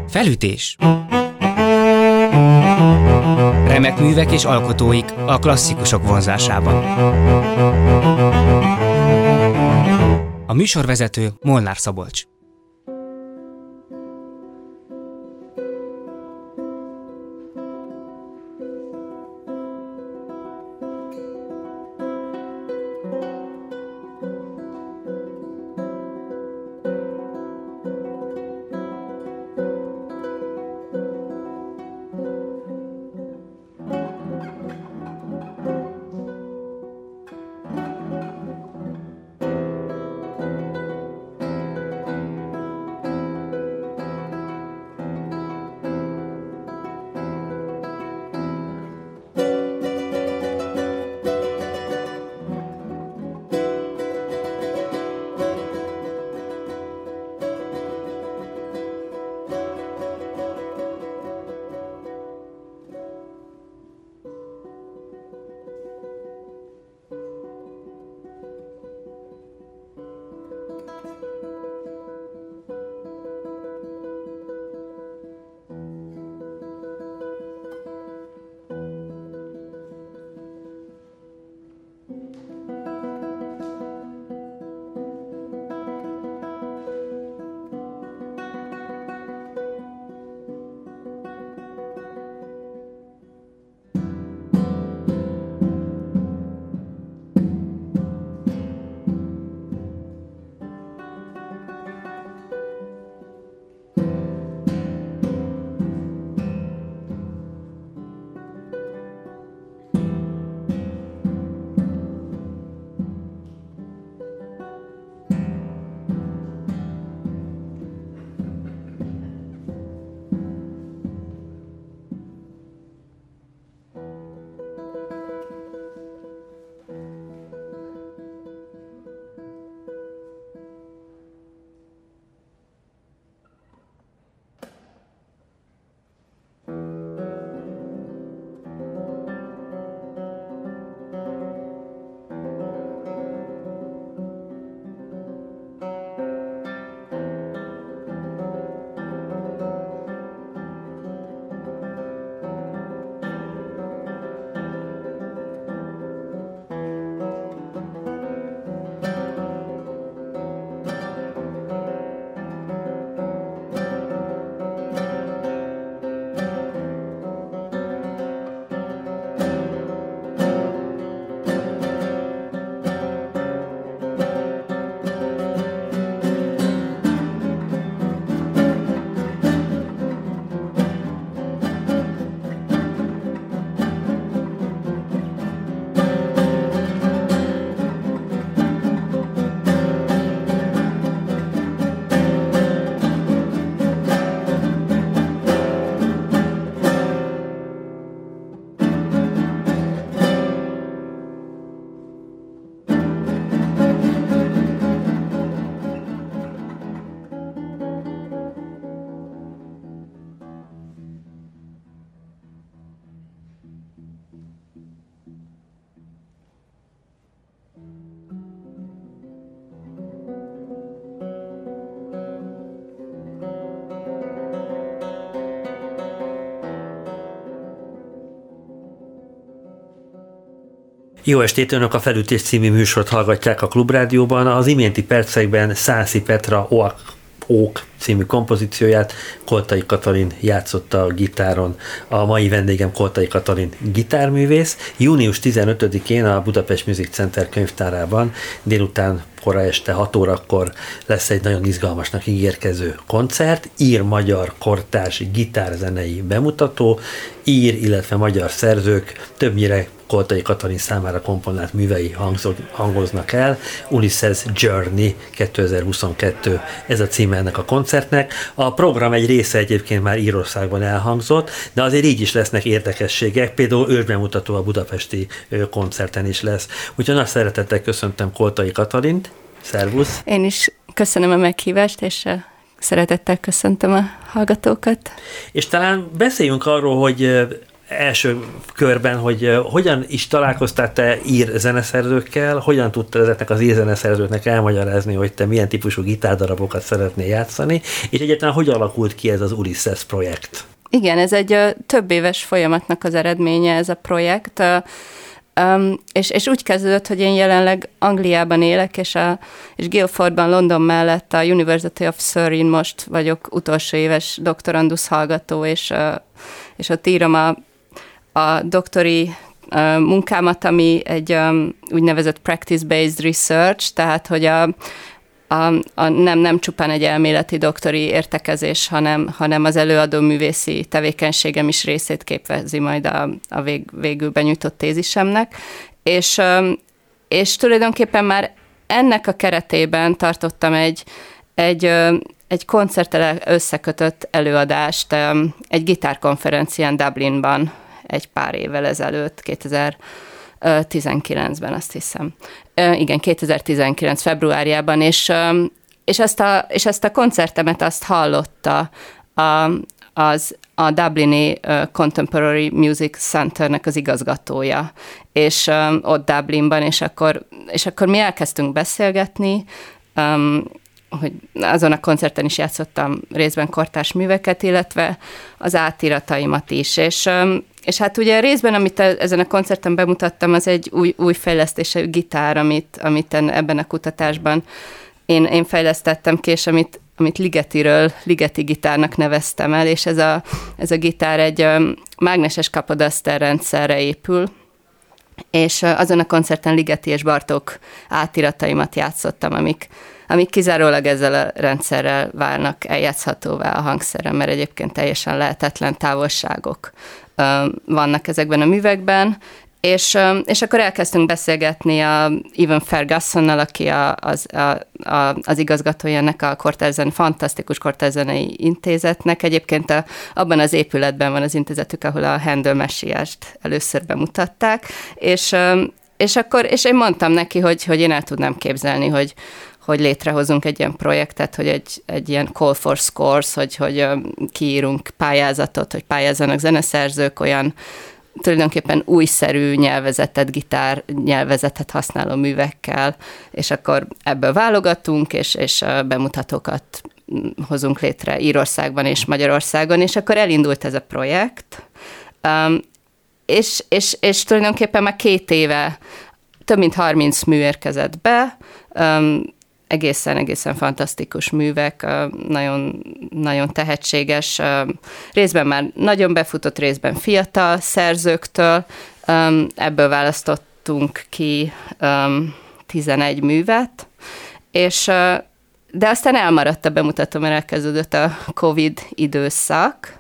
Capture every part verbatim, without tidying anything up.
Felütés. Remek művek és alkotóik a klasszikusok vonzásában. A műsorvezető Molnár Szabolcs. Jó estét, önök a Felütés című műsort hallgatják a Klubrádióban. Az iménti percekben Szászi Petra Oak, Oak című kompozícióját Koltai Katalin játszotta a gitáron. A mai vendégem Koltai Katalin gitárművész. június tizenötödikén a Budapest Music Center könyvtárában délután kora este hat órakor lesz egy nagyon izgalmasnak ígérkező koncert, ír-magyar kortárs gitárzenei bemutató, ír, illetve magyar szerzők többnyire Koltai Katalin számára komponált művei hangoznak el. Ulysses Journey kétezer-huszonkettő, ez a címe ennek a koncertnek. A program egy része egyébként már Írországban elhangzott, de azért így is lesznek érdekességek, például ősbemutató a budapesti koncerten is lesz. Úgyhogy nagy szeretettel köszöntöm Koltai Katalint. Szervusz! Én is köszönöm a meghívást, és szeretettel köszöntöm a hallgatókat. És talán beszéljünk arról, hogy első körben, hogy hogyan is találkoztál te ír zeneszerzőkkel, hogyan tudtál ezeknek az ír zeneszerzőknek elmagyarázni, hogy te milyen típusú gitárdarabokat szeretnél játszani, és egyáltalán hogy alakult ki ez az Ulysses projekt? Igen, ez egy uh, több éves folyamatnak az eredménye ez a projekt, uh, um, és, és úgy kezdődött, hogy én jelenleg Angliában élek, és, a, és Guildfordban, London mellett a University of Surrey most vagyok utolsó éves doktorandusz hallgató, és, uh, és ott írom a, a doktori uh, munkámat, ami egy um, úgynevezett practice-based research, tehát hogy a A, a nem, nem csupán egy elméleti doktori értekezés, hanem, hanem az előadó művészi tevékenységem is részét képezi majd a, a vég, végül benyújtott tézisemnek. És, és tulajdonképpen már ennek a keretében tartottam egy, egy, egy koncerttel összekötött előadást egy gitárkonferencián Dublinban egy pár évvel ezelőtt, kétezer-tizenkilencben azt hiszem. Igen, kétezer-tizenkilenc februárjában, és, és, ezt a, és ezt a koncertemet azt hallotta a, az, a Dublini Contemporary Music Centernek az igazgatója, és ott Dublinban, és akkor, és akkor mi elkezdtünk beszélgetni, hogy azon a koncerten is játszottam részben kortárs műveket, illetve az átirataimat is, és És hát ugye részben, amit ezen a koncerten bemutattam, az egy új, új fejlesztésű gitár, amit, amit ebben a kutatásban én, én fejlesztettem ki, és amit, amit Ligetiről Ligeti gitárnak neveztem el, és ez a, ez a gitár egy mágneses kapodaszter rendszerre épül, és azon a koncerten Ligeti és Bartók átirataimat játszottam, amik, amik kizárólag ezzel a rendszerrel válnak eljátszhatóvá a hangszeren, mert egyébként teljesen lehetetlen távolságok vannak ezekben a művekben, és, és akkor elkezdtünk beszélgetni a Evan Fergusonnal, aki a, az, a, a, az igazgatója ennek a kortárs, fantasztikus kortárszenei intézetnek. Egyébként a, abban az épületben van az intézetük, ahol a Handel Messiást először bemutatták, és, és akkor és én mondtam neki, hogy, hogy én el tudnám képzelni, hogy hogy létrehozunk egy ilyen projektet, hogy egy, egy ilyen call for scores, hogy, hogy kiírunk pályázatot, hogy pályázzanak zeneszerzők olyan tulajdonképpen újszerű nyelvezetet, gitár nyelvezetet használó művekkel, és akkor ebből válogatunk, és, és bemutatókat hozunk létre Írországban és Magyarországon, és akkor elindult ez a projekt, um, és, és, és tulajdonképpen már két éve több mint harminc mű érkezett be, um, egészen, egészen fantasztikus művek, nagyon, nagyon tehetséges, részben már nagyon befutott, részben fiatal szerzőktől. Ebből választottunk ki tizenegy művet, és, de aztán elmaradt a bemutató, mert elkezdődött a Covid időszak,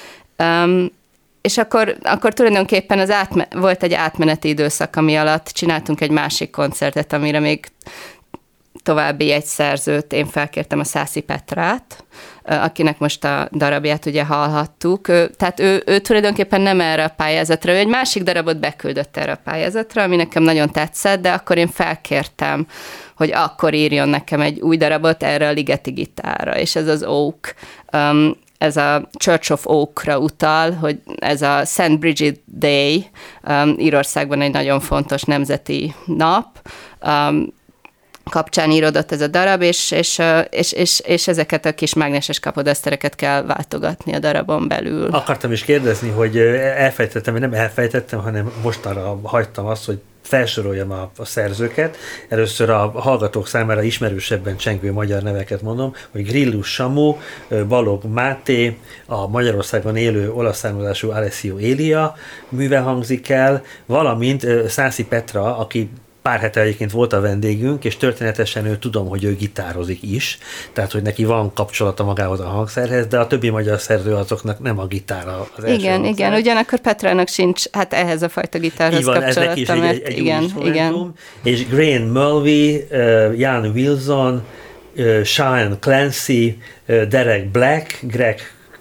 és akkor, akkor tulajdonképpen az átme- volt egy átmeneti időszak, ami alatt csináltunk egy másik koncertet, amire még további egy szerzőt, én felkértem, a Szászi Petrát, akinek most a darabját ugye hallhattuk. Tehát ő, ő tulajdonképpen nem erre a pályázatra, ő egy másik darabot beküldött erre a pályázatra, ami nekem nagyon tetszett, de akkor én felkértem, hogy akkor írjon nekem egy új darabot erre a Ligeti gitárra, és ez az Oak, um, ez a Church of Oak-ra utal, hogy ez a Saint Bridget Day, um, Írországban egy nagyon fontos nemzeti nap, um, kapcsán íródott ez a darab, és, és, és, és, és ezeket a kis mágneses kapodasztereket kell váltogatni a darabon belül. Akartam is kérdezni, hogy elfejtettem, vagy nem elfejtettem, hanem mostanra hagytam azt, hogy felsoroljam a, a szerzőket. Először a hallgatók számára ismerősebben csengő magyar neveket mondom, hogy Grillus Samu, Balog Máté, a Magyarországon élő olasz származású Alessio Elia műve hangzik el, valamint Szászi Petra, aki pár hete egyébként volt a vendégünk, és történetesen ő tudom, hogy ő gitározik is, tehát hogy neki van kapcsolata magához a hangszerhez, de a többi magyar szerző azoknak nem a gitár az első Igen, hangszer. Igen, ugyanakkor Petrának sincs hát ehhez a fajta gitárhoz így van, kapcsolata. Ez neki is egy, egy, egy igen, igen. És Graham Mulvey, uh, Jan Wilson, uh, Sean Clancy, uh, Derek Black, Greg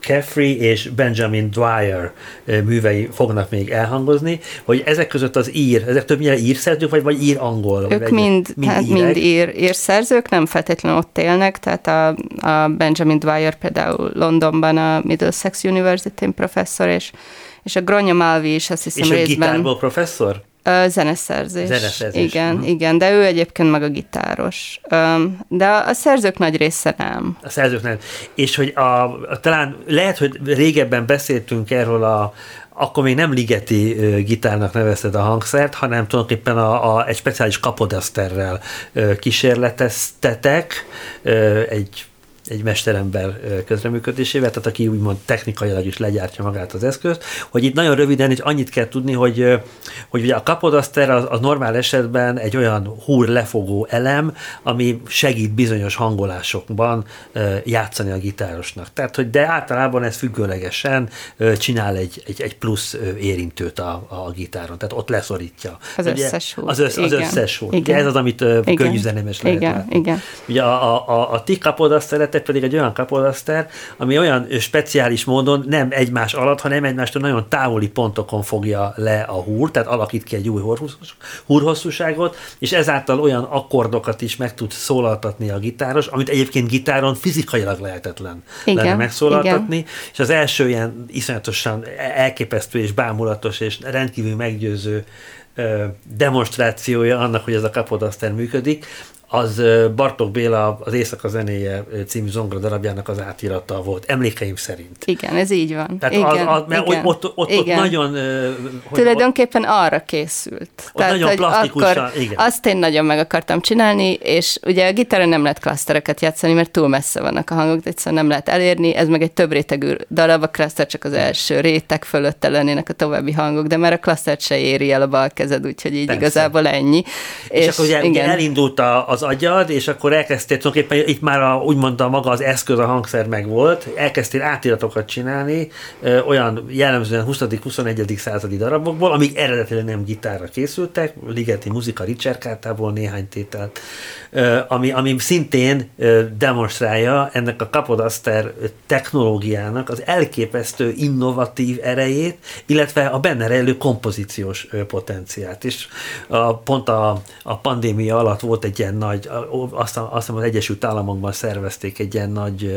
Caffrey és Benjamin Dwyer művei fognak még elhangozni, hogy ezek között az ír, ezek többnyire írszerzők, vagy, vagy ír-angol? Ők vagy mind, mind, hát mind ír, írszerzők, nem feltétlenül ott élnek, tehát a, a Benjamin Dwyer például Londonban a Middlesex University-n professzor, és, és a Gronja Malvi is azt hiszem és részben... És gitárból professzor? Zeneszerzés. Zeneszerzés. Igen, uh-huh. igen, de ő egyébként meg a gitáros. De a szerzők nagy része nem. A szerzők nem. És hogy a, a, talán lehet, hogy régebben beszéltünk erről a akkor még nem ligeti uh, gitárnak nevezted a hangszert, hanem tulajdonképpen a, a, egy speciális kapodaszterrel uh, kísérleteztetek uh, egy egy mesterember közreműködésével, tehát aki úgymond technikailag is legyártja magát az eszközt, hogy itt nagyon röviden is annyit kell tudni, hogy, hogy ugye a kapodaszter az, az normál esetben egy olyan húr lefogó elem, ami segít bizonyos hangolásokban játszani a gitárosnak. Tehát, hogy de általában ez függőlegesen csinál egy, egy, egy plusz érintőt a, a gitáron, tehát ott leszorítja. Az ugye, összes húr. Az, össz, az összes húr. Ugye ez az, amit könnyű zenémes lehet igen, látni. Igen. Ugye a, a, a ti kapodaszteret pedig egy olyan kapodaszter, ami olyan speciális módon nem egymás alatt, hanem egymástól nagyon távoli pontokon fogja le a húr, tehát alakít ki egy új húrhosszúságot, és ezáltal olyan akkordokat is meg tud szólaltatni a gitáros, amit egyébként gitáron fizikailag lehetetlen igen, lenne megszólaltatni, igen. és az első ilyen iszonyatosan elképesztő és bámulatos és rendkívül meggyőző demonstrációja annak, hogy ez a kapodaszter működik, az Bartók Béla az Éjszaka zenéje című zongora darabjának az átirata volt, emlékeim szerint. Igen, ez így van. Tehát igen, az, az, mert igen, ott, ott, igen. ott nagyon... Hogy Tulajdonképpen ott, arra készült. Ott Tehát, nagyon plastikusan, akkor igen. Azt én nagyon meg akartam csinálni, és ugye a gitáron nem lehet klasztereket játszani, mert túl messze vannak a hangok, de egyszerűen nem lehet elérni, ez meg egy több rétegű darab, a klaszter csak az első réteg fölötte lennének a további hangok, de már a klasztert se éri el a bal kezed, úgyhogy így Persze. igazából ennyi. És, és akkor ugye, ugye elindult a, az agyad, és akkor elkezdtél, tulajdonképpen itt már a, úgymond a maga az eszköz, a hangszer megvolt, elkezdtél átiratokat csinálni, ö, olyan jellemzően huszadik-huszonegyedik századi darabokból, amik eredetileg nem gitárra készültek, Ligeti Muzika Ricercátából néhány tételt, ö, ami, ami szintén ö, demonstrálja ennek a kapodaszter technológiának az elképesztő innovatív erejét, illetve a benne rejlő kompozíciós ö, potenciált. És a, pont a, a pandémia alatt volt egy ilyen nagy, azt azt hiszem az Egyesült Államokban szervezték egy ilyen nagy...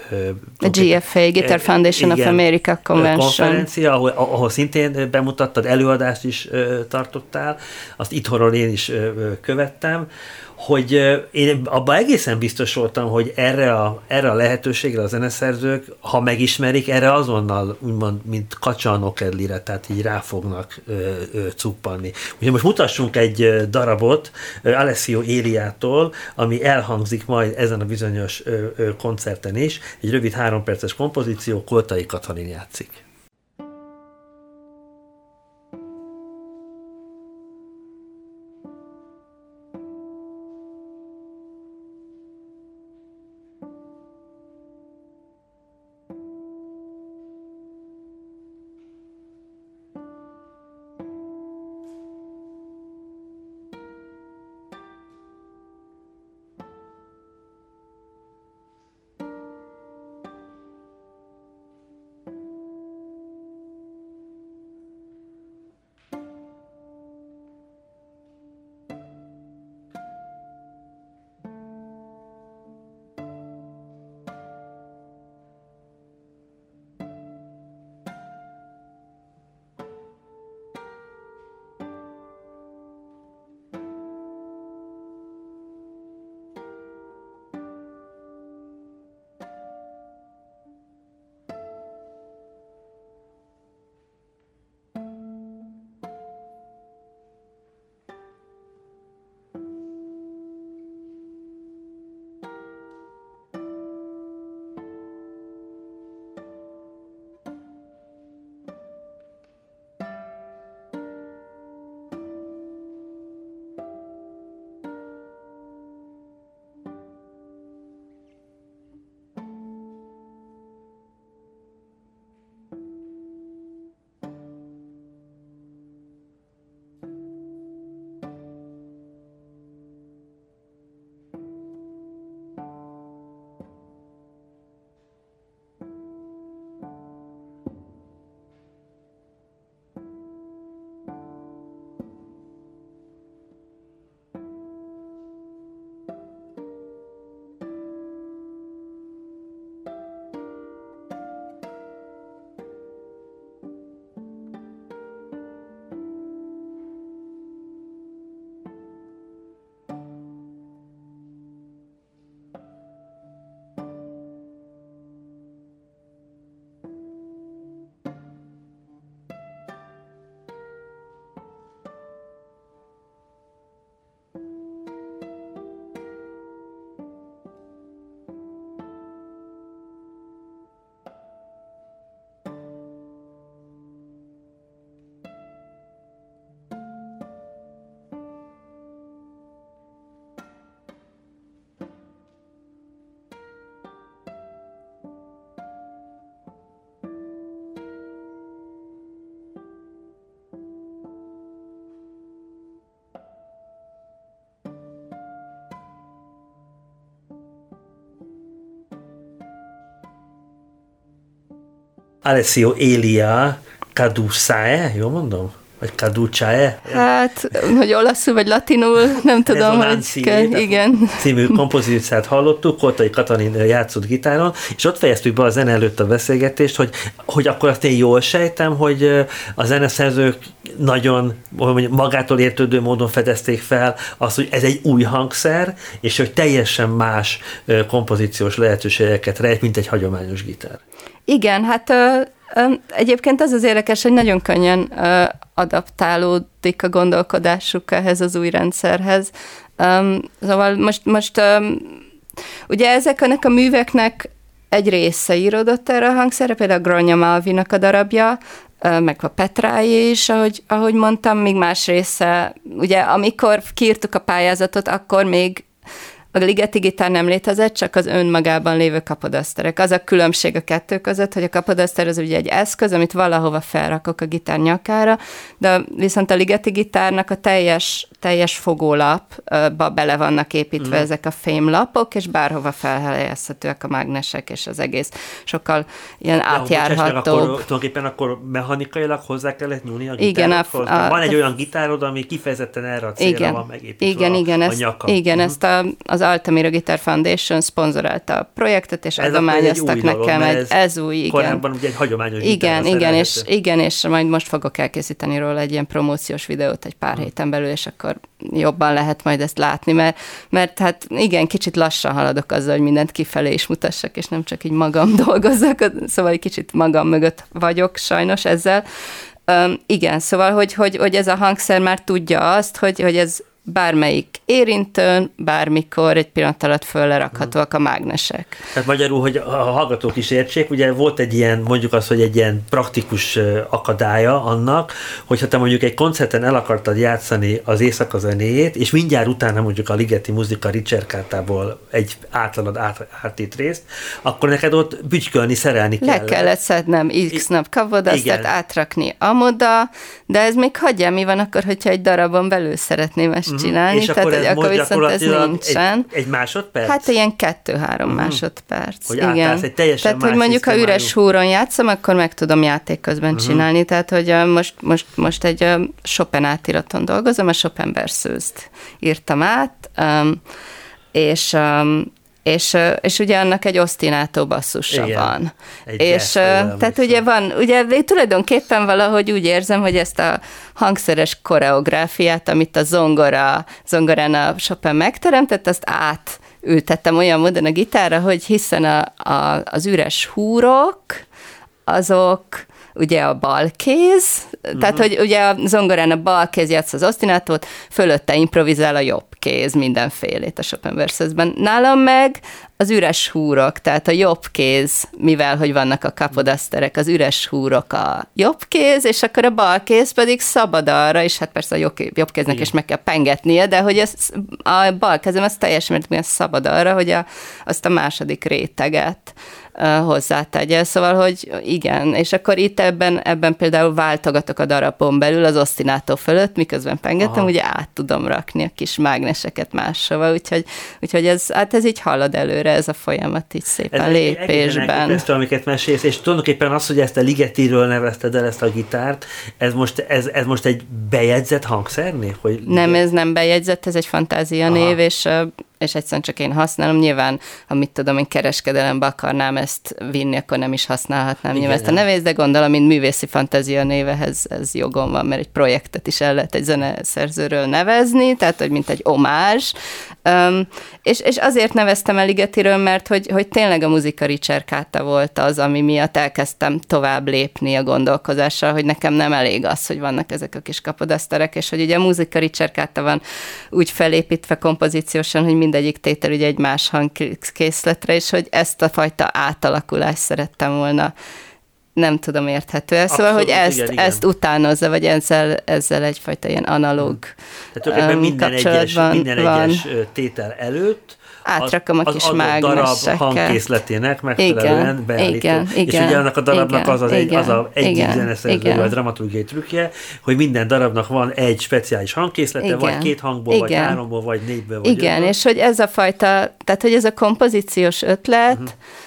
A G F A, Guitar Foundation igen, of America Convention. Konferencia, ahol, ahol szintén bemutattad, előadást is tartottál, azt itthonról én is követtem, hogy én abban egészen biztos voltam, hogy erre a, erre a lehetőségre a zeneszerzők, ha megismerik, erre azonnal úgymond, mint kacsa a nokedlire, tehát így rá fognak ö, ö, cuppanni. Úgyhogy most mutassunk egy darabot Alessio Eliától, ami elhangzik majd ezen a bizonyos ö, ö, koncerten is. Egy rövid három perces kompozíció, Koltai Katalin játszik. Alessio Elia Caducae, jól mondom? Vagy Caducae? Hát, hogy olaszul vagy latinul, nem tudom, hogy kell, igen. Című kompozíciót hallottuk, Koltai Katalin játszott gitáron, és ott fejeztük be a zene előtt a beszélgetést, hogy, hogy akkor azt én jól sejtem, hogy a zeneszerzők nagyon magától értődő módon fedezték fel azt, hogy ez egy új hangszer, és hogy teljesen más kompozíciós lehetőségeket rejt, mint egy hagyományos gitár. Igen, hát egyébként az az érdekes, hogy nagyon könnyen adaptálódik a gondolkodásuk ehhez az új rendszerhez. Szóval most, most ugye ezeknek a műveknek egy része íródott erre a hangszerre, például Gronja Malvinak a darabja, meg a Petráé is, ahogy, ahogy mondtam, még más része, ugye amikor kiírtuk a pályázatot, akkor még a ligeti gitár nem létezett, csak az önmagában lévő kapodaszterek. Az a különbség a kettő között, hogy a kapodaszter az ugye egy eszköz, amit valahova felrakok a gitár nyakára, de viszont a ligeti gitárnak a teljes, teljes fogólapba bele vannak építve mm. ezek a fémlapok, és bárhova felhelyezhetőek a mágnesek, és az egész sokkal ilyen ja, átjárható. Akkor, tulajdonképpen akkor mechanikailag hozzá kellett nyúlni a gitárokhoz? Igen, a, a, van egy olyan gitárod, ami kifejezetten erre a célra igen, van megépítve igen, a, igen, a ezt, nyaka. Igen, mm. ezt a, az Altamira Guitar Foundation szponzorálta a projektet, és ez adományoztak egy nekem egy, ez, ez új, igen. Korábban ugye egy hagyományos igen, igen, és, igen, és majd most fogok elkészíteni róla egy ilyen promóciós videót egy pár hmm. héten belül, és akkor jobban lehet majd ezt látni, mert, mert hát igen, kicsit lassan haladok azzal, hogy mindent kifelé is mutassak, és nem csak így magam dolgozzak, szóval egy kicsit magam mögött vagyok sajnos ezzel. Um, igen, szóval, hogy, hogy, hogy ez a hangszer már tudja azt, hogy, hogy ez bármelyik érintőn, bármikor egy pillanat alatt föllerakhatóak a mágnesek. Tehát magyarul, hogy a hallgatók is értsék, ugye volt egy ilyen, mondjuk azt, hogy egy ilyen praktikus akadálya annak, hogyha te mondjuk egy koncerten el akartad játszani az éjszaka zenéjét, és mindjárt utána mondjuk a Ligeti Muzika ricerkátából egy átlanod át, átít részt, akkor neked ott bütykölni, szerelni Le kellett. kellett szednem X nap kapodasztert, átrakni amoda, de ez még hagyja, mi van akkor, hogyha egy darabon belül szeretném ezt csinálni, és tehát akkor, ez akkor viszont ez nincsen. Egy, egy másodperc? Hát ilyen kettő-három uh-huh. másodperc. Hogy igen. Egy teljesen tehát, hogy mondjuk, ha üres húron játszom, akkor meg tudom játék közben uh-huh. csinálni. Tehát, hogy uh, most, most, most egy uh, Chopin átiraton dolgozom, a Chopin Berceuse-t írtam át, um, és um, És, és ugye annak egy osztinátó basszusa igen, van. És tehát ugye van, ugye tulajdonképpen valahogy úgy érzem, hogy ezt a hangszeres koreográfiát, amit a zongora, zongorán a Chopin megteremtett, azt átültettem olyan módon a gitárra, hogy hiszen a, a, az üres húrok, azok ugye a bal kéz, uh-huh. tehát hogy ugye a zongorán a bal kéz játsz az osztinátót, fölötte improvizál a jobb kéz mindenfélét a Chopin Berceuse-ben. Nálam meg az üres húrok, tehát a jobb kéz, mivel hogy vannak a kapodaszterek, az üres húrok a jobb kéz, és akkor a bal kéz pedig szabad arra, és hát persze a jobb, jobb kéznek igen. is meg kell pengetnie, de hogy ez, a bal kezem az teljesen mértékben szabad arra, hogy a, azt a második réteget hozzátegye. Szóval, hogy igen, és akkor itt ebben, ebben például váltogatok a darabon belül az osztinátó fölött, miközben pengetem, ugye át tudom rakni a kis mágneseket máshova, úgyhogy, úgyhogy ez, hát ez így halad előre, ez a folyamat így szépen ez lépésben. Ez amiket mesélsz, és tulajdonképpen az, hogy ezt a Ligetiről nevezted el, ezt a gitárt, ez most, ez, ez most egy bejegyzett hangszernév? Hogy nem, ez nem bejegyzett, ez egy fantázia Aha. név, és és egyszerűen csak én használom. Nyilván, amit tudom, én kereskedelembe akarnám ezt vinni, akkor nem is használhatnám igen, nyilván ezt a nevét, de gondolom, mint művészi fantázia névehez ez jogom van, mert egy projektet is el lehet egy zeneszerzőről nevezni, tehát, hogy mint egy omázs. Um, és, és azért neveztem el Ligetiről, mert hogy, hogy tényleg a muzika ricercata volt az, ami miatt elkezdtem tovább lépni a gondolkozással, hogy nekem nem elég az, hogy vannak ezek a kis kapodaszterek, és hogy ugye a muzika ricercata van úgy felépítve kompozíciósan, hogy mindegyik tétel ugye egy más hangkészletre, és hogy ezt a fajta átalakulást szerettem volna, nem tudom, érthető el. Szóval, hogy ezt, igen, igen. ezt utánozza, vagy ezzel, ezzel egyfajta ilyen analóg Tehát um, minden egyes, minden egyes tétel előtt átrakom a kis az mágneseket. darab hangkészletének megfelelően beállítom. Igen, és igen, ugye annak a darabnak igen, az az egy, igen, az a egyik igen, zeneszerző, vagy dramaturgiai trükkje, hogy minden darabnak van egy speciális hangkészlete, igen, vagy két hangból, igen, vagy háromból, vagy négyből, vagy igen, ötből. És hogy ez a fajta, tehát hogy ez a kompozíciós ötlet, uh-huh.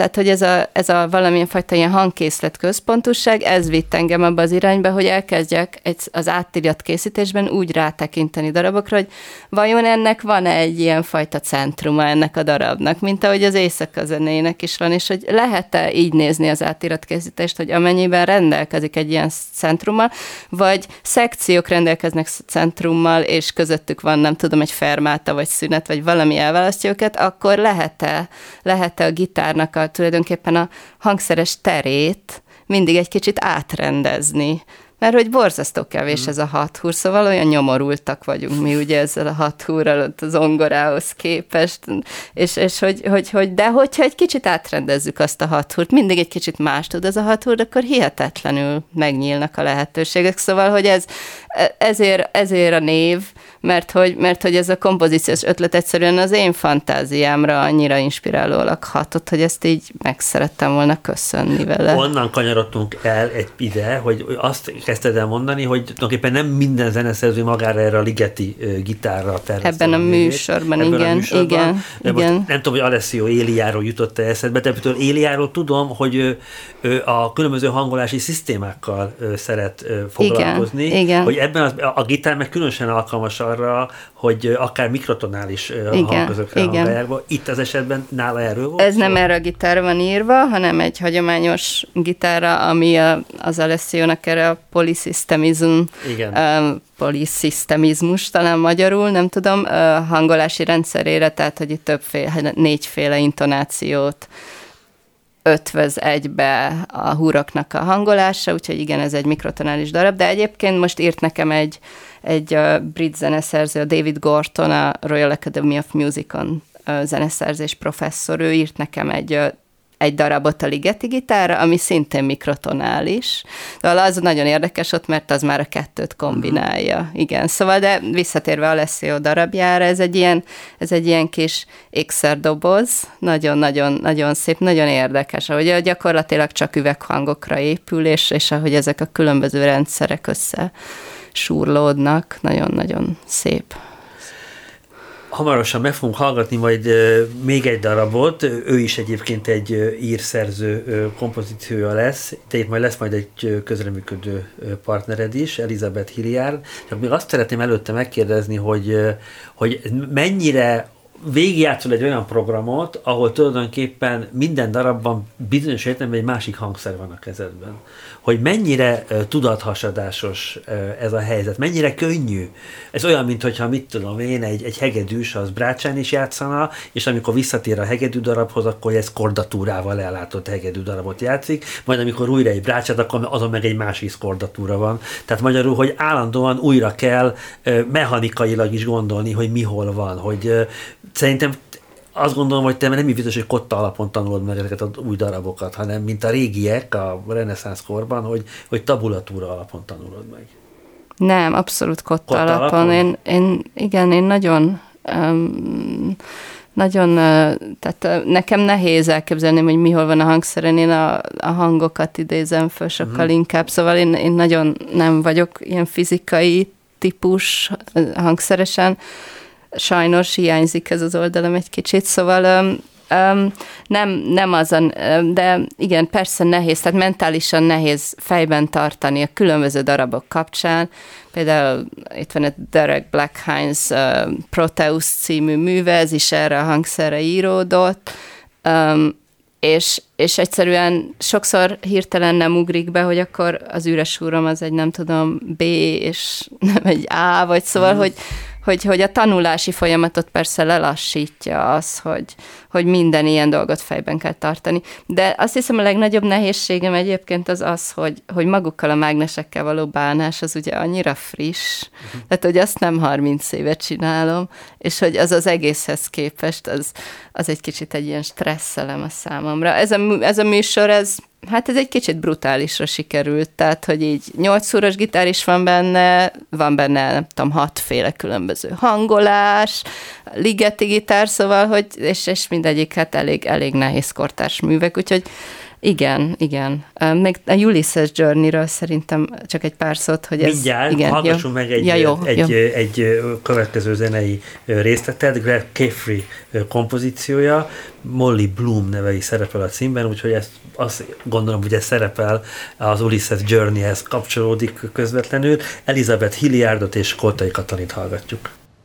tehát, hogy ez a, ez a valamilyen fajta ilyen hangkészlet központúság, ez vitt engem abba az irányba, hogy elkezdjek egy, az áttirat készítésben úgy rátekinteni darabokra, hogy vajon ennek van-e egy ilyen fajta centruma ennek a darabnak, mint ahogy az éjszaka zenének is van, és hogy lehet-e így nézni az átiratkészítést, hogy amennyiben rendelkezik egy ilyen centrummal, vagy szekciók rendelkeznek centrummal, és közöttük van, nem tudom, egy fermáta, vagy szünet, vagy valami elválasztja őket, akkor lehet-e, lehet-e a gitárnak a, tulajdonképpen a hangszeres terét mindig egy kicsit átrendezni. Mert hogy borzasztó kevés ez a hat húr, szóval olyan nyomorultak vagyunk mi ugye ezzel a hat húrral a zongorához képest, és, és hogy, hogy, hogy, de hogyha egy kicsit átrendezzük azt a hat húrt, mindig egy kicsit más tud ez a hat húr, akkor hihetetlenül megnyílnak a lehetőségek. Szóval, hogy ez, ezért, ezért a név, mert hogy, mert hogy ez a kompozíciós ötlet egyszerűen az én fantáziámra annyira inspirálólag hatott, hogy ezt így meg szerettem volna köszönni vele. Onnan kanyarodtunk el egy ide, hogy azt kezdted el mondani, hogy tulajdonképpen nem minden zeneszerző magára erre a Ligeti gitárra tervezte. Ebben a műsorban, Ebben igen, a műsorban. igen, De igen. Most nem tudom, hogy Alessio Éliáról jutott -e eszedbe, de például Éliáról tudom, hogy ő, ő a különböző hangolási szisztémákkal szeret foglalkozni, igen, igen. hogy ebben az, a gitár meg különösen alkalmas arra, hogy akár mikrotonális hangközökre hangolják. Itt az esetben nála erről volt? Ez szó? Nem erre a gitárra van írva, hanem egy hagyományos gitárra, ami a, az Alessionak erre a polysystemizm, um, polysystemizmus talán magyarul, nem tudom, uh, hangolási rendszerére, tehát hogy itt többféle, négyféle intonációt ötvöz egybe a húroknak a hangolása, úgyhogy igen, ez egy mikrotonális darab, de egyébként most írt nekem egy, egy uh, brit zeneszerző, a David Gorton, a Royal Academy of Musicon uh, zeneszerzés professzor, ő írt nekem egy uh, egy darabot a Ligeti gitárra, ami szintén mikrotonális. De az nagyon érdekes ott, mert az már a kettőt kombinálja. Uh-huh. Igen, szóval, de visszatérve Alessio darabjára, ez egy ilyen, ez egy ilyen kis ékszerdoboz, nagyon-nagyon nagyon szép, nagyon érdekes, ahogy gyakorlatilag csak üveghangokra épül, és, és ahogy ezek a különböző rendszerek össze súrlódnak, nagyon-nagyon szép. Hamarosan meg fogunk hallgatni majd uh, még egy darabot, ő is egyébként egy uh, írszerző uh, kompozíciója lesz, de itt majd lesz majd egy uh, közreműködő uh, partnered is, Elizabeth Hilliard. Csak még azt szeretném előtte megkérdezni, hogy, uh, hogy mennyire végigjátszol egy olyan programot, ahol tulajdonképpen minden darabban bizonyos értelemben egy másik hangszer van a kezedben. Hogy mennyire uh, tudathasadásos uh, ez a helyzet, mennyire könnyű. Ez olyan, mintha, mit tudom én, egy, egy hegedűs az brácsán is játszana, és amikor visszatér a hegedű darabhoz, akkor ez kordatúrával ellátott hegedű darabot játszik, majd amikor újra egy brácsát, akkor azon meg egy másik kordatúra van. Tehát magyarul, hogy állandóan újra kell uh, mechanikailag is gondolni, hogy mi hol van, hogy uh, szerintem azt gondolom, hogy te nem így biztos, hogy kotta alapon tanulod meg ezeket az új darabokat, hanem mint a régiek a reneszánsz korban, hogy, hogy tabulatúra alapon tanulod meg. Nem, abszolút kotta, kotta alapon. alapon. Én, én, igen, én nagyon... Um, nagyon, tehát nekem nehéz elképzelni, hogy mihol van a hangszeren, én a, a hangokat idézem föl sokkal uh-huh. inkább, szóval én, én nagyon nem vagyok ilyen fizikai típus hangszeresen, sajnos hiányzik ez az oldalam egy kicsit, szóval um, um, nem, nem azon, de igen, persze nehéz, tehát mentálisan nehéz fejben tartani a különböző darabok kapcsán. Például itt van egy Derek Blackhines uh, Proteus című műve, ez is erre a hangszerre íródott, um, és, és egyszerűen sokszor hirtelen nem ugrik be, hogy akkor az üres húrom az egy nem tudom B, és nem egy A, vagy szóval, mm. hogy Hogy, hogy a tanulási folyamatot persze lelassítja az, hogy, hogy minden ilyen dolgot fejben kell tartani. De azt hiszem a legnagyobb nehézségem egyébként az az, hogy, hogy magukkal a mágnesekkel való bánás az ugye annyira friss, uh-huh. tehát hogy azt nem harminc éve csinálom, és hogy az az egészhez képest az, az egy kicsit egy ilyen stresszelem a számomra. Ez a, ez a műsor, ez hát ez egy kicsit brutálisra sikerült, tehát, hogy így nyolc szúros gitár is van benne, van benne, nem tudom, hatféle különböző hangolás, ligeti gitár, szóval, hogy, és, és mindegyik hát elég, elég nehéz kortárs művek, úgyhogy Igen, igen. Még a Ulysses Journey-ről szerintem csak egy pár szót, hogy ez... Mindjárt, igen, hallgassunk meg egy, ja, jó, egy, jó. egy, egy következő zenei részletet, Greg Caffrey kompozíciója, Molly Bloom neve is szerepel a címben, úgyhogy ezt azt gondolom, hogy ez szerepel az Ulysses Journey-hez kapcsolódik közvetlenül. Elizabeth Hilliardot és Koltai Katalint hallgatjuk.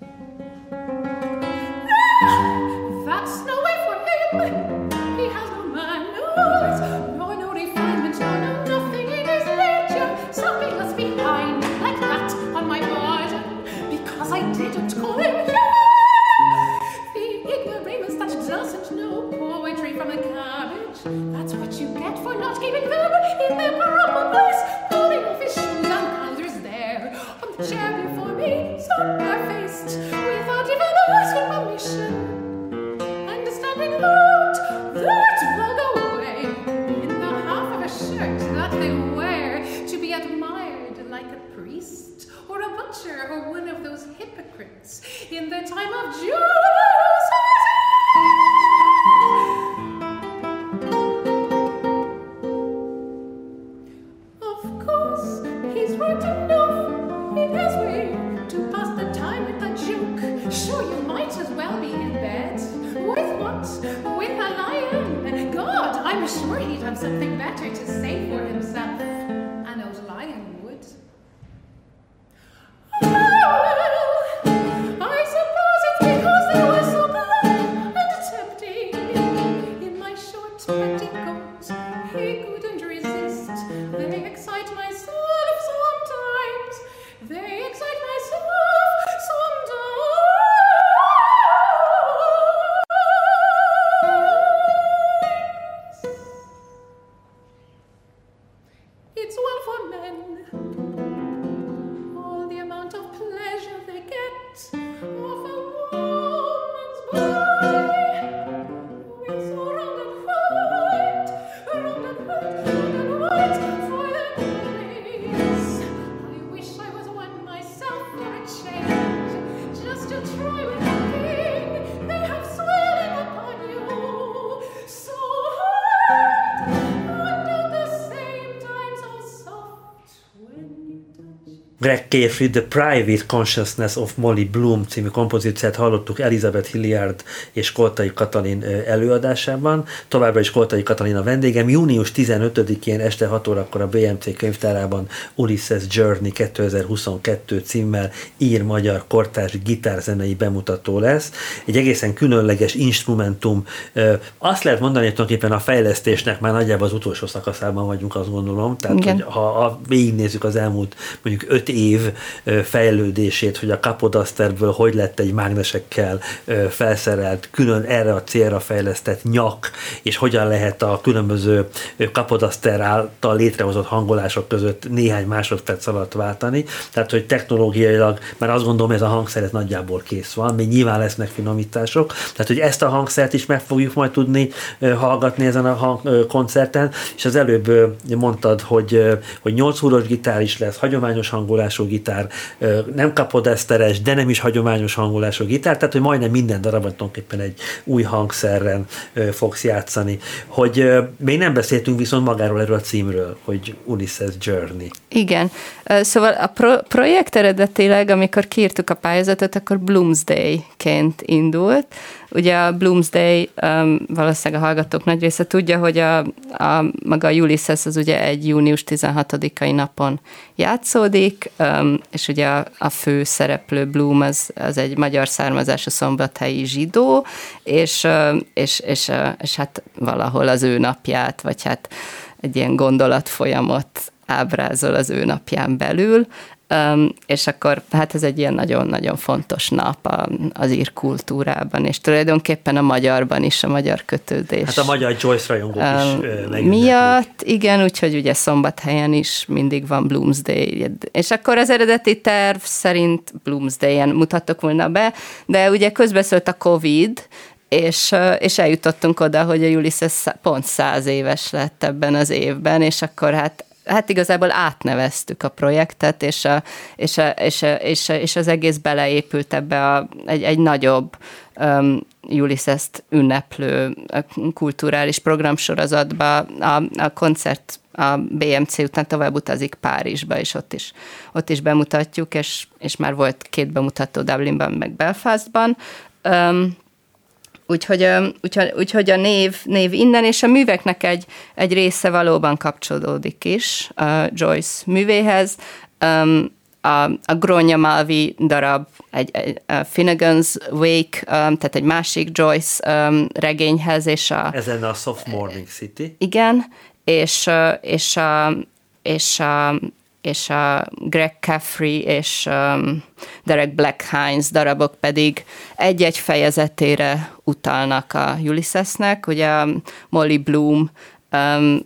Greg Caffrey, The Private Consciousness of Molly Bloom című kompozíciát hallottuk Elizabeth Hilliard és Koltai Katalin előadásában. Továbbra is Koltai Katalin a vendégem. június tizenötödikén este hat órakor a bé em cé könyvtárában Ulysses Journey kétezer-huszonkettő címmel ír-magyar kortárs gitárzenei bemutató lesz. Egy egészen különleges instrumentum. Azt lehet mondani, hogy tulajdonképpen a fejlesztésnek már nagyjából az utolsó szakaszában vagyunk, azt gondolom. Tehát, igen, hogy ha végignézzük az elmúlt mondjuk öt év fejlődését, hogy a Capodasterből hogy lett egy mágnesekkel felszerelt, külön erre a célra fejlesztett nyak, és hogyan lehet a különböző Capodaster által létrehozott hangolások között néhány másodperc alatt váltani. Tehát, hogy technológiailag már azt gondolom, ez a hangszer ez nagyjából kész van, még nyilván lesznek finomítások. Tehát, hogy ezt a hangszert is meg fogjuk majd tudni hallgatni ezen a hang, koncerten, és az előbb mondtad, hogy, hogy nyolc húros gitár is lesz, hagyományos hangolású gitár, nem kapodeszteres, de nem is hagyományos hangolású gitár, tehát hogy majdnem minden darabban tulajdonképpen egy új hangszerren fogsz játszani. Hogy még nem beszéltünk viszont magáról erről a címről, hogy Ulysses Journey. Igen. Szóval a pro- projekt eredetileg, amikor kiírtuk a pályázatot, akkor Bloomsday-ként indult. Ugye a Bloomsday, um, valószínűleg a hallgatók nagy része tudja, hogy a, a, maga a Ulysses az ugye egy június tizenhatodikai napon játszódik, um, és ugye a, a fő szereplő Bloom az, az egy magyar származású szombathelyi zsidó, és, uh, és, és, uh, és hát valahol az ő napját, vagy hát egy ilyen gondolatfolyamot ábrázol az ő napján belül, Um, és akkor hát ez egy ilyen nagyon-nagyon fontos nap a, az ír kultúrában, és tulajdonképpen a magyarban is, a magyar kötődés. Hát a magyar Joyce rajongók um, is megünneplik. Miatt, igen, úgyhogy ugye Szombathelyen is mindig van Bloomsday, és akkor az eredeti terv szerint Bloomsday-en mutattok volna be, de ugye közbeszólt a Covid, és, és eljutottunk oda, hogy a Ulysses pont száz éves lett ebben az évben, és akkor hát Hát igazából átneveztük a projektet, és, a, és, a, és, a, és, a, és az egész beleépült ebbe a, egy, egy nagyobb um, Ulysses-t ünneplő kulturális programsorozatba, a, a koncert a bé em cé után tovább utazik Párizsba, és ott is, ott is bemutatjuk, és, és már volt két bemutató Dublinban, meg Belfastban. Um, úgyhogy, úgyhogy, úgyhogy a név, név innen, és a műveknek egy, egy része valóban kapcsolódik is a Joyce művéhez. Um, a, a Grónya Malvi darab, egy, egy a Finnegan's Wake, um, tehát egy másik Joyce um, regényhez, és a... Ezen a Soft Morning City. Igen, és, és, a, és, a, és a Greg Caffrey és um, Derek Black-Hines darabok pedig egy-egy fejezetére utalnak a Ulyssesnek. Ugye Molly Bloom um,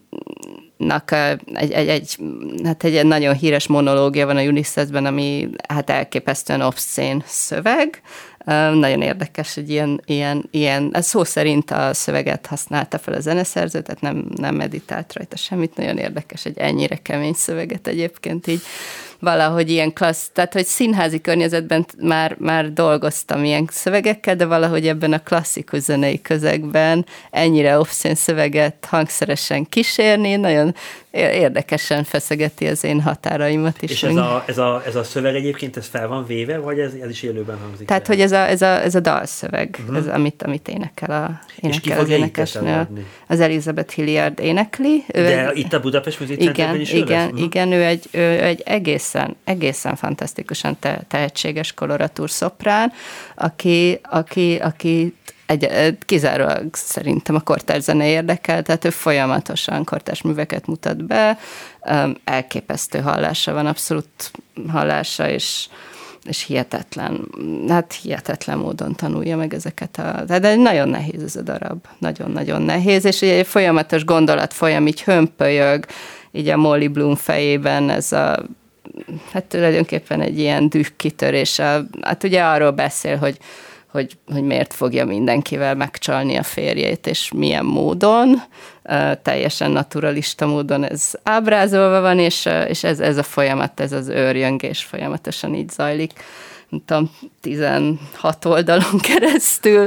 nak egy, egy, egy, hát egy nagyon híres monológia van a Ulyssesben, ami hát elképesztően obszcén szöveg. Nagyon érdekes, hogy ilyen, ilyen, ilyen, ez szó szerint a szöveget használta fel a zeneszerző, tehát nem, nem meditált rajta semmit, nagyon érdekes, egy ennyire kemény szöveget egyébként így valahogy ilyen klassz, tehát hogy színházi környezetben már, már dolgoztam ilyen szövegekkel, de valahogy ebben a klasszikus zenei közegben ennyire obszén szöveget hangszeresen kísérni, nagyon érdekesen feszegeti az én határaimat is. És ez a, ez, a, ez a szöveg egyébként, ez fel van véve, vagy ez, ez is élőben hangzik? Tehát, el? hogy ez a, ez a, ez a dalszöveg, uh-huh. ez, amit, amit énekel, a, énekel az énekesnő. Az Elizabeth Hilliard énekli. De ő, itt a Budapest Music Centerben is igen, ő lesz? Igen, ő egy, ő egy egészen, egészen fantasztikusan te, tehetséges koloratúr szoprán, aki, aki, aki egy, kizárólag szerintem a kortárs zene érdekel, tehát ő folyamatosan kortárs műveket mutat be, elképesztő hallása van, abszolút hallása, és, és hihetetlen, hát hihetetlen módon tanulja meg ezeket a... De nagyon nehéz ez a darab, nagyon-nagyon nehéz, és egy folyamatos gondolat folyam, így hömpölyög, így a Molly Bloom fejében ez a hát tulajdonképpen egy ilyen dühkitörés. Hát ugye arról beszél, hogy Hogy, hogy miért fogja mindenkivel megcsalni a férjét, és milyen módon, teljesen naturalista módon ez ábrázolva van, és, és ez, ez a folyamat, ez az őrjöngés folyamatosan így zajlik, nem tudom, tizenhat oldalon keresztül,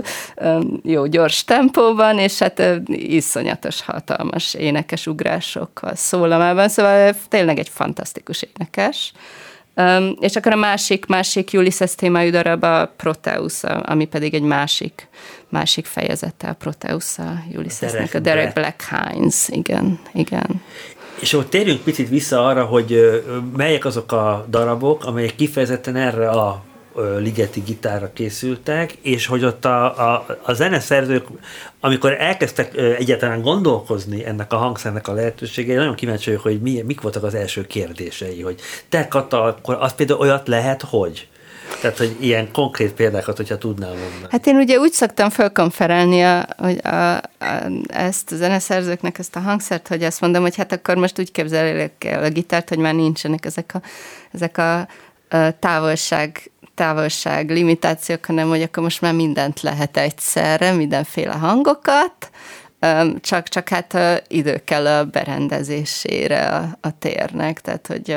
jó gyors tempóban, és hát iszonyatos, hatalmas énekes ugrásokkal szólamában, szóval tényleg egy fantasztikus énekes. Um, és akkor a másik, másik Ulysses témájú darab a Proteus, ami pedig egy másik, másik fejezete a Proteus a Ulyssesnek, a Derek Black-Hines, igen, igen. És ott térjünk picit vissza arra, hogy melyek azok a darabok, amelyek kifejezetten erre a ligeti gitárra készültek, és hogy ott a, a, a zeneszerzők, amikor elkezdtek egyáltalán gondolkozni ennek a hangszernek a lehetőségei, nagyon kíváncsi vagyok, hogy mi, mik voltak az első kérdései, hogy te, Kata, akkor az például olyat lehet, hogy? Tehát, hogy ilyen konkrét példákat, hogyha tudnám mondani. Hát én ugye úgy szoktam fölkonferálni a, hogy a, a, ezt a zeneszerzőknek, ezt a hangszert, hogy azt mondom, hogy hát akkor most úgy képzeljék el a gitárt, hogy már nincsenek ezek a, ezek a, a távolság távolság, limitációk, hanem hogy akkor most már mindent lehet egyszerre, mindenféle hangokat, csak, csak hát idő kell a berendezésére a, a térnek, tehát hogy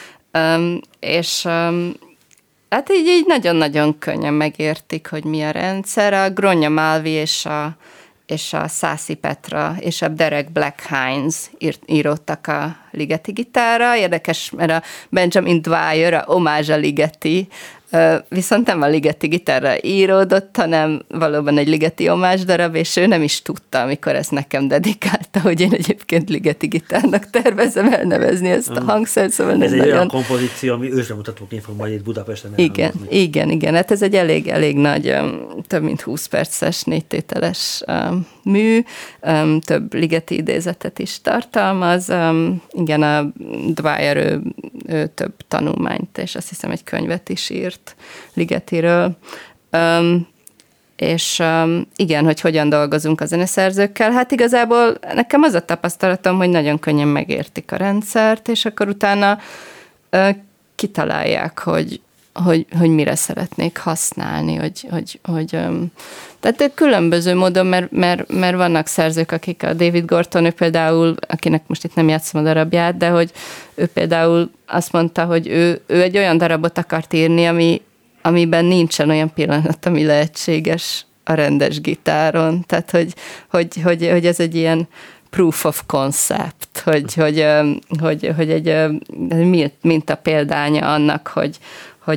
és hát így, így nagyon-nagyon könnyen megértik, hogy mi a rendszer. A Grónya Malvi és a és a Szászi Petra és a Derek Black-Hines írt, íródtak a ligeti gitárra. Érdekes, mert a Benjamin Dwyer, a omázs a ligeti, viszont nem a ligeti gitárra íródott, hanem valóban egy ligeti omázs darab, és ő nem is tudta, amikor ezt nekem dedikálta, hogy én egyébként ligeti gitárnak tervezem elnevezni ezt a hangszert, szóval ez egy nagyon... olyan kompozíció, ami ősbemutatóként fog majd itt Budapesten igen, elhangozni. igen, igen, hát ez egy elég, elég nagy, több mint húsz perces, négytételes mű, több ligeti idézetet is tartalmaz. Igen, a Dwyer, ő, ő több tanulmányt, és azt hiszem egy könyvet is írt ligetiről. Um, és um, igen, hogy hogyan dolgozunk a zeneszerzőkkel. Hát igazából nekem az a tapasztalatom, hogy nagyon könnyen megértik a rendszert, és akkor utána uh, kitalálják, hogy, hogy, hogy mire szeretnék használni, hogy, hogy, hogy um, tehát különböző módon, mert, mert, mert vannak szerzők, akik a David Gorton, ő például, akinek most itt nem játszom a darabját, de hogy ő például azt mondta, hogy ő, ő egy olyan darabot akart írni, ami, amiben nincsen olyan pillanat, ami lehetséges a rendes gitáron, tehát hogy, hogy, hogy, hogy ez egy ilyen proof of concept, hogy, hogy, hogy, hogy egy minta példánya annak, hogy, hogy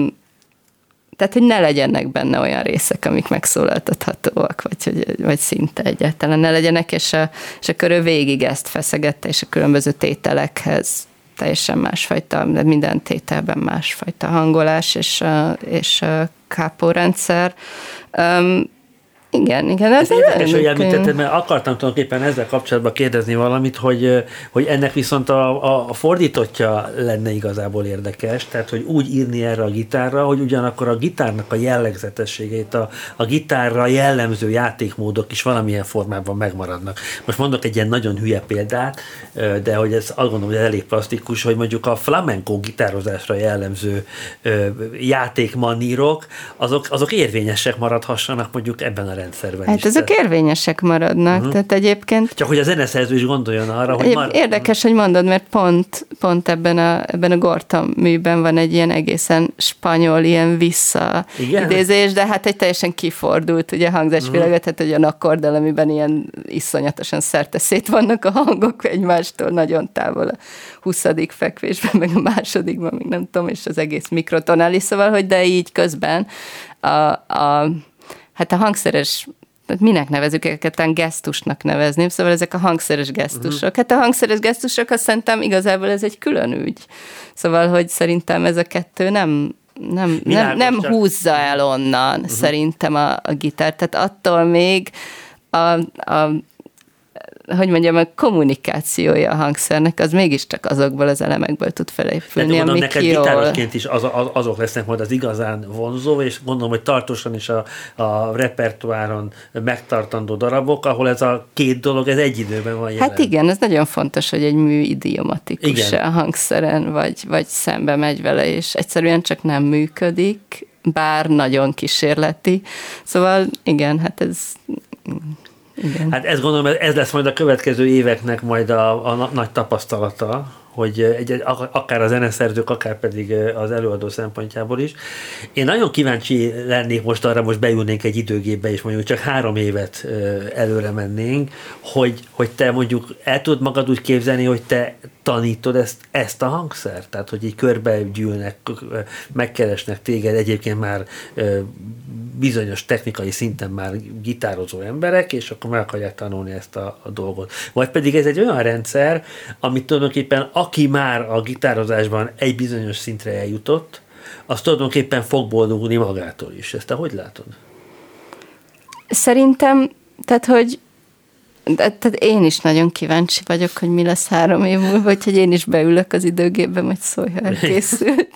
tehát, hogy ne legyenek benne olyan részek, amik megszólaltathatóak, vagy, hogy, vagy szinte egyáltalán ne legyenek, és, a, és akkor ő végig ezt feszegette, és a különböző tételekhez teljesen másfajta, de minden tételben másfajta hangolás és, és kápórendszer. Um, Igen, igen. Ez érdekes, hogy említetted, mert akartam tulajdonképpen ezzel kapcsolatban kérdezni valamit, hogy, hogy ennek viszont a, a fordítottja lenne igazából érdekes, tehát hogy úgy írni erre a gitárra, hogy ugyanakkor a gitárnak a jellegzetességét, a, a gitárra jellemző játékmódok is valamilyen formában megmaradnak. Most mondok egy ilyen nagyon hülye példát, de hogy ez azt gondolom, hogy ez elég plastikus, hogy mondjuk a flamenco gitározásra jellemző játékmanírok, azok, azok érvényesek maradhassanak mondjuk ebben a rendszerben hát is. ezek tehát érvényesek maradnak, uh-huh. tehát egyébként... Csak hogy a zeneszerző is gondoljon arra, hogy... Mar... Érdekes, hogy mondod, mert pont, pont ebben a, ebben a Gorta műben van egy ilyen egészen spanyol, ilyen visszaidézés, de hát egy teljesen kifordult ugye hangzásvilága, uh-huh. tehát egy olyan akkorddal, amiben ilyen iszonyatosan szerteszét vannak a hangok egymástól, nagyon távol a huszadik fekvésben, meg a másodikban, még nem tudom, és az egész mikrotonális, szóval, hogy de így közben a, a hát a hangszeres, minek nevezük őket, gesztusnak nevezném, szóval ezek a hangszeres gesztusok. Uh-huh. Hát a hangszeres gesztusok, azt szerintem igazából ez egy külön ügy. Szóval, hogy szerintem ez a kettő nem, nem, nem, nem húzza el onnan uh-huh. szerintem a, a gitárt. Tehát attól még a, a hogy mondjam, a kommunikációja a hangszernek, az mégiscsak azokból az elemekből tud felépülni, amik neked jól... gitárosként is az, az, azok lesznek majd az igazán vonzó, és gondolom, hogy tartósan is a, a repertoáron megtartandó darabok, ahol ez a két dolog, ez egy időben van jelen. Hát igen, ez nagyon fontos, hogy egy mű idiomatikus a hangszeren, vagy, vagy szembe megy vele, és egyszerűen csak nem működik, bár nagyon kísérleti. Szóval igen, hát ez... Igen. Hát ezt gondolom, ez lesz majd a következő éveknek majd a, a nagy tapasztalata, hogy egy, egy, akár a zeneszerzők, akár pedig az előadó szempontjából is. Én nagyon kíváncsi lennék most arra, most beülnénk egy időgépbe, és mondjuk csak három évet előre mennénk, hogy, hogy te mondjuk el tudod magad úgy képzelni, hogy te tanítod ezt, ezt a hangszert? Tehát, hogy így körbe gyűlnek, megkeresnek téged egyébként már bizonyos technikai szinten már gitározó emberek, és akkor meg akarják tanulni ezt a, a dolgot. Vagy pedig ez egy olyan rendszer, amit tulajdonképpen aki már a gitározásban egy bizonyos szintre eljutott, az tulajdonképpen fog boldogulni magától is. Ezt te hogy látod? Szerintem, tehát, hogy de, tehát én is nagyon kíváncsi vagyok, hogy mi lesz három év múlva, vagy hogy én is beülök az időgépbe, majd szólj, ha elkészült.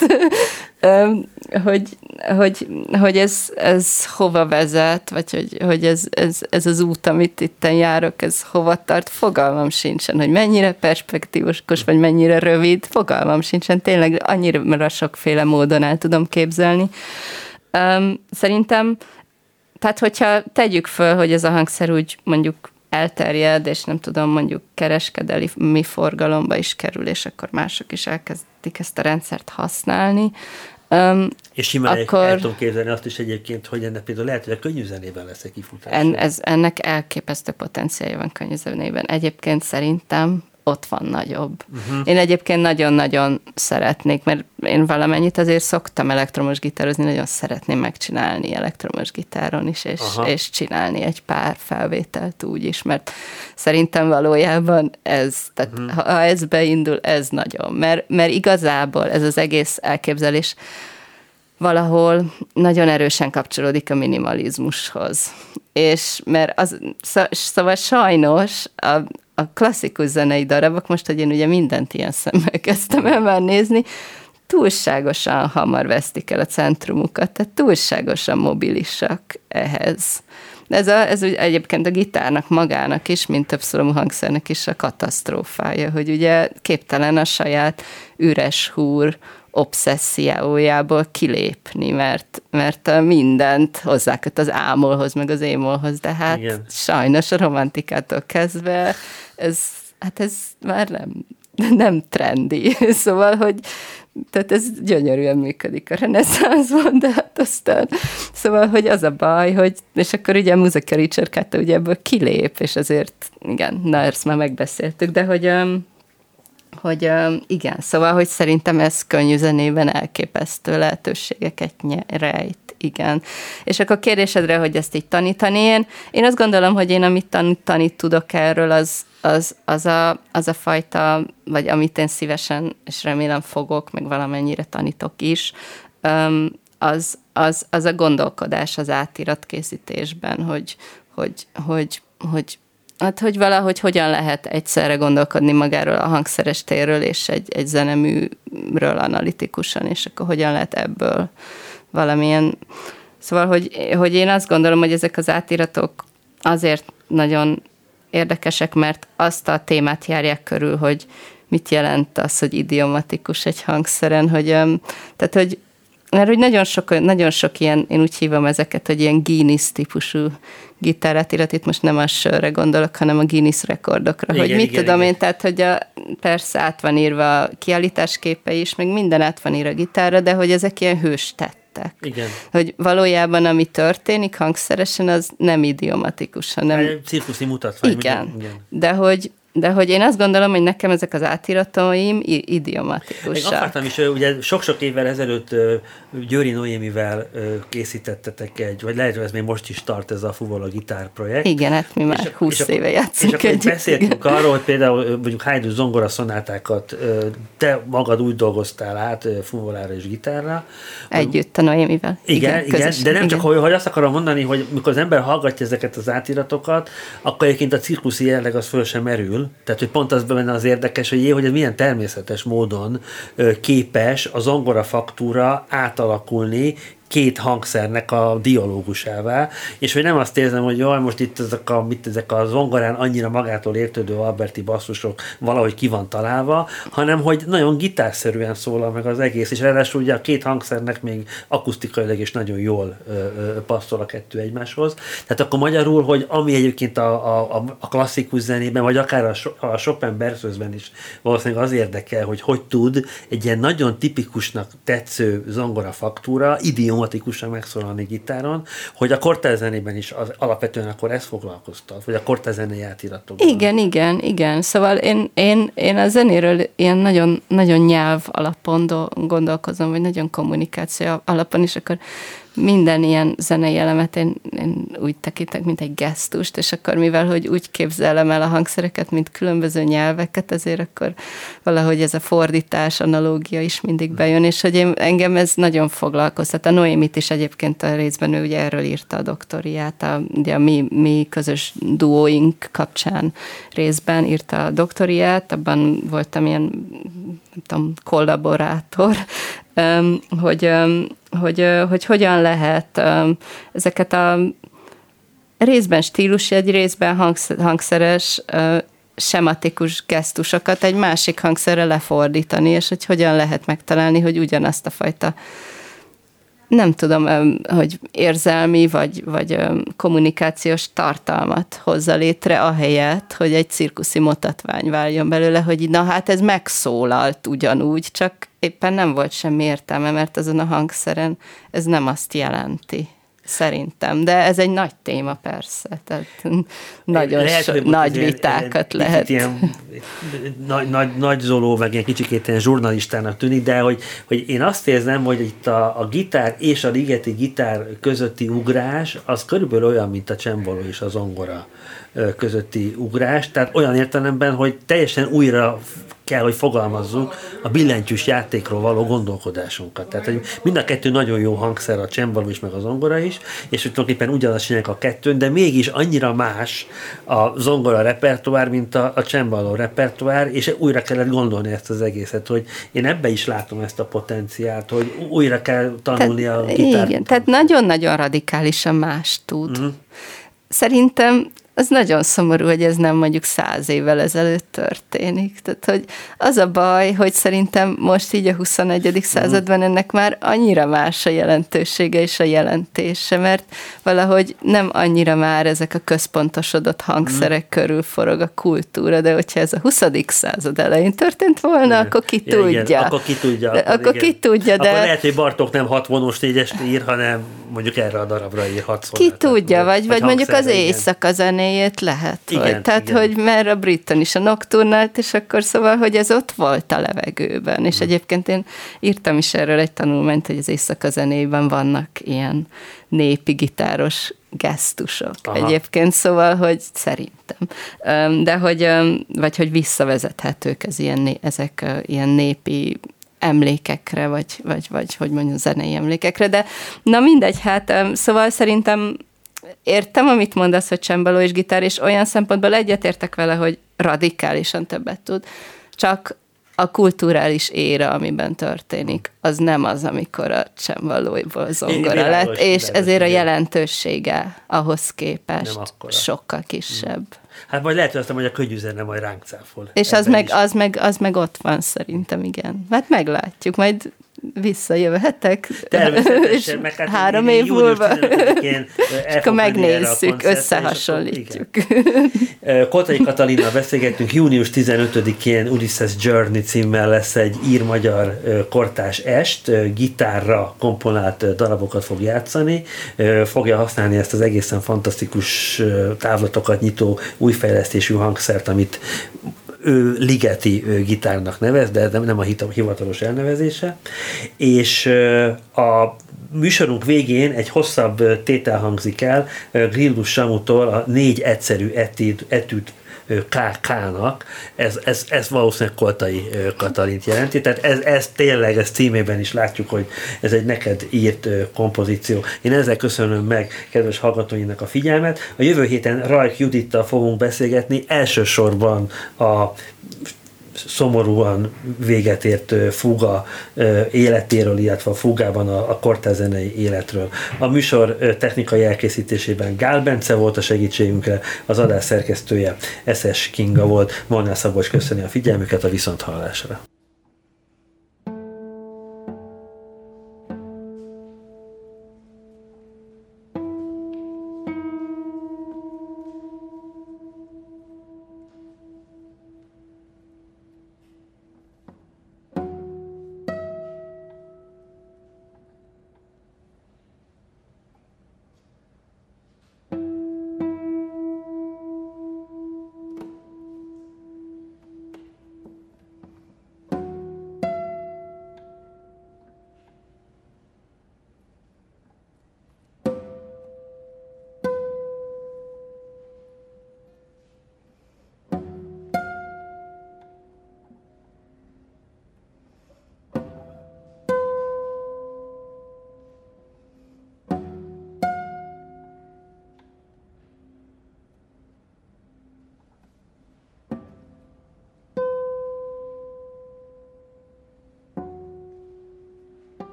hogy, hogy, hogy ez, ez hova vezet, vagy hogy, hogy ez, ez, ez az út, amit itten járok, ez hova tart, fogalmam sincsen, hogy mennyire perspektívos, vagy mennyire rövid, fogalmam sincsen, tényleg annyira sokféle módon el tudom képzelni. Szerintem, tehát hogyha tegyük föl, hogy ez a hangszer úgy mondjuk elterjed, és nem tudom, mondjuk kereskedelmi mi forgalomba is kerül, és akkor mások is elkezdik ezt a rendszert használni. Um, és simán akkor el tudom képzelni azt is egyébként, hogy ennek például lehet, hogy a könnyűzenében lesz egy kifutás. En, ez, ennek elképesztő potenciálja van könnyűzenében. Egyébként szerintem ott van nagyobb. Uh-huh. Én egyébként nagyon-nagyon szeretnék, mert én valamennyit azért szoktam elektromos gitározni, nagyon szeretném megcsinálni elektromos gitáron is, és, és csinálni egy pár felvételt úgy is, mert szerintem valójában ez, tehát uh-huh. ha ez beindul, ez nagyon, mert, mert igazából ez az egész elképzelés valahol nagyon erősen kapcsolódik a minimalizmushoz. És mert az, szóval sajnos a a klasszikus zenei darabok, most, hogy én ugye mindent ilyen szemmel kezdtem el már nézni, túlságosan hamar vesztik el a centrumukat, tehát túlságosan mobilisak ehhez. Ez, a, ez ugye egyébként a gitárnak magának is, mint többszoromú hangszernek is a katasztrófája, hogy ugye képtelen a saját üres húr obszessziójából kilépni, mert, mert mindent hozzáköt az ámolhoz, meg az émolhoz, de hát igen. Sajnos a romantikától kezdve ez, hát ez már nem, nem trendi. Szóval, hogy tehát ez gyönyörűen működik a reneszánszban, de hát aztán, szóval, hogy az a baj, hogy, és akkor ugye a Musica Ricercata ugye ebből kilép, és azért, igen, na ezt már megbeszéltük, de hogy, hogy igen, szóval, hogy szerintem ez könnyű zenében elképesztő lehetőségeket rejt. Igen. És akkor kérdésedre, hogy ezt így tanítani, én, én azt gondolom, hogy én amit tanítani tudok erről, az, az, az, a, az a fajta, vagy amit én szívesen, és remélem fogok, meg valamennyire tanítok is, az, az, az a gondolkodás az átiratkészítésben, hogy, hogy, hogy, hogy Hát, hogy valahogy hogyan lehet egyszerre gondolkodni magáról a hangszeres térről, és egy, egy zeneműről analitikusan, és akkor hogyan lehet ebből valamilyen... Szóval, hogy, hogy én azt gondolom, hogy ezek az átiratok azért nagyon érdekesek, mert azt a témát járják körül, hogy mit jelent az, hogy idiomatikus egy hangszeren, hogy, tehát, hogy mert hogy nagyon sok, nagyon sok ilyen, én úgy hívom ezeket, hogy ilyen Guinness típusú gitárátirat, itt most nem a sörre gondolok, hanem a Guinness rekordokra, igen, hogy mit igen, tudom igen. én, tehát, hogy a, persze át van írva a kiállításképe is, meg minden át van írva a gitárra, de hogy ezek ilyen hőstettek. Igen. Hogy valójában, ami történik hangszeresen, az nem idiomatikus, hanem... Egy cirkuszi mutatvány. Igen, minden, igen. De hogy De hogy én azt gondolom, hogy nekem ezek az átirataim idiomatikusak. Még akartam is, ugye sok-sok évvel ezelőtt Győri Noémivel készítettetek egy, vagy lehet, hogy ez még most is tart, ez a Fuvola Gitár projekt. Igen, hát mi már húsz éve játszunk. És akkor beszéltünk arról, hogy például mondjuk Haydn zongora szonátákat te magad úgy dolgoztál át fuvolára és gitárra. Együtt a Noémivel. Igen, igen, igen, de nem igen. csak, hogy, hogy azt akarom mondani, hogy mikor az ember hallgatja ezeket az átiratokat, akkor egyébként a cirkuszi jelleg az föl sem merül. Tehát, hogy pont az benne az érdekes, hogy, jé, hogy ez milyen természetes módon képes a zongora faktúra átalakulni két hangszernek a dialógusává, és hogy nem azt érzem, hogy jaj, most itt ezek a, mit, ezek a zongorán annyira magától értődő alberti basszusok valahogy ki van találva, hanem hogy nagyon gitárszerűen szólal meg az egész, és ráadásul ugye a két hangszernek még akusztikailag is nagyon jól ö, ö, passzol a kettő egymáshoz. Tehát akkor magyarul, hogy ami egyébként a, a, a klasszikus zenében, vagy akár a, a Chopin Berceusben is valószínűleg az érdekel, hogy hogy tud egy ilyen nagyon tipikusnak tetsző zongora faktúra idiomatikusan megszólalni gitáron, hogy a kortárs zenében is az, alapvetően akkor ezt foglalkoztat, vagy a kortárs zenei átiratokban. Igen, igen, igen. Szóval én, én, én a zenéről ilyen nagyon, nagyon nyelv alapon gondolkozom, vagy nagyon kommunikáció alapon, és akkor minden ilyen zenei elemet én, én úgy tekintek, mint egy gesztust, és akkor mivel, hogy úgy képzelem el a hangszereket, mint különböző nyelveket, ezért akkor valahogy ez a fordítás, analógia is mindig bejön, és hogy én, engem ez nagyon foglalkoztat. A Noémit is egyébként a részben ő ugye erről írta a doktoriát, a, ugye a mi, mi közös duóink kapcsán részben írta a doktoriát, abban voltam ilyen, nem tudom, kollaborátor, hogy, hogy, hogy hogyan lehet ezeket a részben stílusjegy, részben hangszeres, sematikus gesztusokat egy másik hangszerre lefordítani, és hogy hogyan lehet megtalálni, hogy ugyanazt a fajta, nem tudom, hogy érzelmi vagy, vagy kommunikációs tartalmat hozza létre, ahelyett, hogy egy cirkuszi mutatvány váljon belőle, hogy na hát ez megszólalt ugyanúgy, csak éppen nem volt semmi értelme, mert azon a hangszeren ez nem azt jelenti. Szerintem, de ez egy nagy téma persze, tehát nagyon lehet, so, nagy ilyen, vitákat ilyen, lehet. Ilyen, nagy, nagy, nagy zoló, meg ilyen kicsikét ilyen zsurnalistának tűnik, de hogy, hogy én azt érzem, hogy itt a, a gitár és a ligeti gitár közötti ugrás, az körülbelül olyan, mint a csembaló és a zongora közötti ugrás, tehát olyan értelemben, hogy teljesen újra kell, hogy fogalmazzuk a billentyűs játékról való gondolkodásunkat. Tehát, hogy mind a kettő nagyon jó hangszer, a csembaló is, meg a zongora is, és hogy tulajdonképpen ugyanazt csinálják a kettőn, de mégis annyira más a zongora repertoár, mint a, a csembaló repertoár, és újra kellett gondolni ezt az egészet, hogy én ebbe is látom ezt a potenciált, hogy újra kell tanulni tehát, a gitárt. Igen, tehát nagyon-nagyon radikálisan más tud. Uh-huh. Szerintem az nagyon szomorú, hogy ez nem mondjuk száz évvel ezelőtt történik. Tehát, hogy az a baj, hogy szerintem most így a huszonegyedik században ennek már annyira más a jelentősége és a jelentése, mert valahogy nem annyira már ezek a központosodott hangszerek mm. körül forog a kultúra, de hogyha ez a huszadik század elején történt volna, igen. akkor ki ja, tudja. Igen. Akkor ki tudja. De, akkor ki tudja, de... Akkor lehet, hogy Bartók nem hat vonós négyest ír, hanem mondjuk erre a darabra ír hat Ki tudja, vagy, vagy mondjuk az éjszaka zenéjét lehet. Igen, hogy, tehát, igen. hogy mert a Britten is a nokturnált, és akkor szóval, hogy ez ott volt a levegőben. És hmm. egyébként én írtam is erről egy tanulmányt, hogy az éjszaka zenében vannak ilyen népi gitáros gesztusok. Aha. Egyébként, szóval, hogy szerintem. De hogy, vagy hogy visszavezethetők ez ilyen, ezek ilyen népi emlékekre, vagy, vagy, vagy hogy mondjam, zenei emlékekre, de na mindegy, hát szóval szerintem értem, amit mondasz, hogy csembaló és gitár, és olyan szempontból egyetértek vele, hogy radikálisan többet tud, csak a kulturális éra, amiben történik, az nem az, amikor a csembalóiból zongora é, lett, és ezért a jelentősége ahhoz képest sokkal kisebb. Hát majd lehet, hogy aztán, hogy a könnyűzene majd ránk cáfol. És az meg, az, meg, az meg ott van szerintem, igen. Hát meglátjuk, majd visszajövhetek. Természetesen, meg hát három év múlva. És akkor megnézzük, összehasonlítjuk. Koltai Katalinnal beszélgettünk, június tizenötödikén Ulysses Journey címmel lesz egy ír-magyar kortárs est, gitárra komponált darabokat fog játszani, fogja használni ezt az egészen fantasztikus távlatokat nyitó új fejlesztésű hangszert, amit ő ligeti gitárnak nevez, de nem a hivatalos elnevezése, és a műsorunk végén egy hosszabb tétel hangzik el Grillus Samutól a négy egyszerű etűd, etűd ká ká-nak, ez, ez, ez valószínűleg Koltai Katalint jelenti, tehát ez, ez tényleg, ez címében is látjuk, hogy ez egy neked írt kompozíció. Én ezzel köszönöm meg kedves hallgatóinak a figyelmet. A jövő héten Rajk Judittal fogunk beszélgetni, elsősorban a szomorúan véget ért Fuga életéről, illetve a Fugában a, a kortárs zenei életről. A műsor technikai elkészítésében Gál Bence volt a segítségünkre, az adás szerkesztője Eszes Kinga volt. Molnár Szabolcs köszöni a figyelmüket, a viszonthallásra.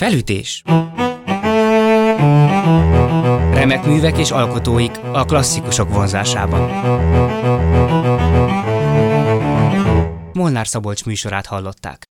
Felütés. Remek művek és alkotóik a klasszikusok vonzásában. Molnár Szabolcs műsorát hallották.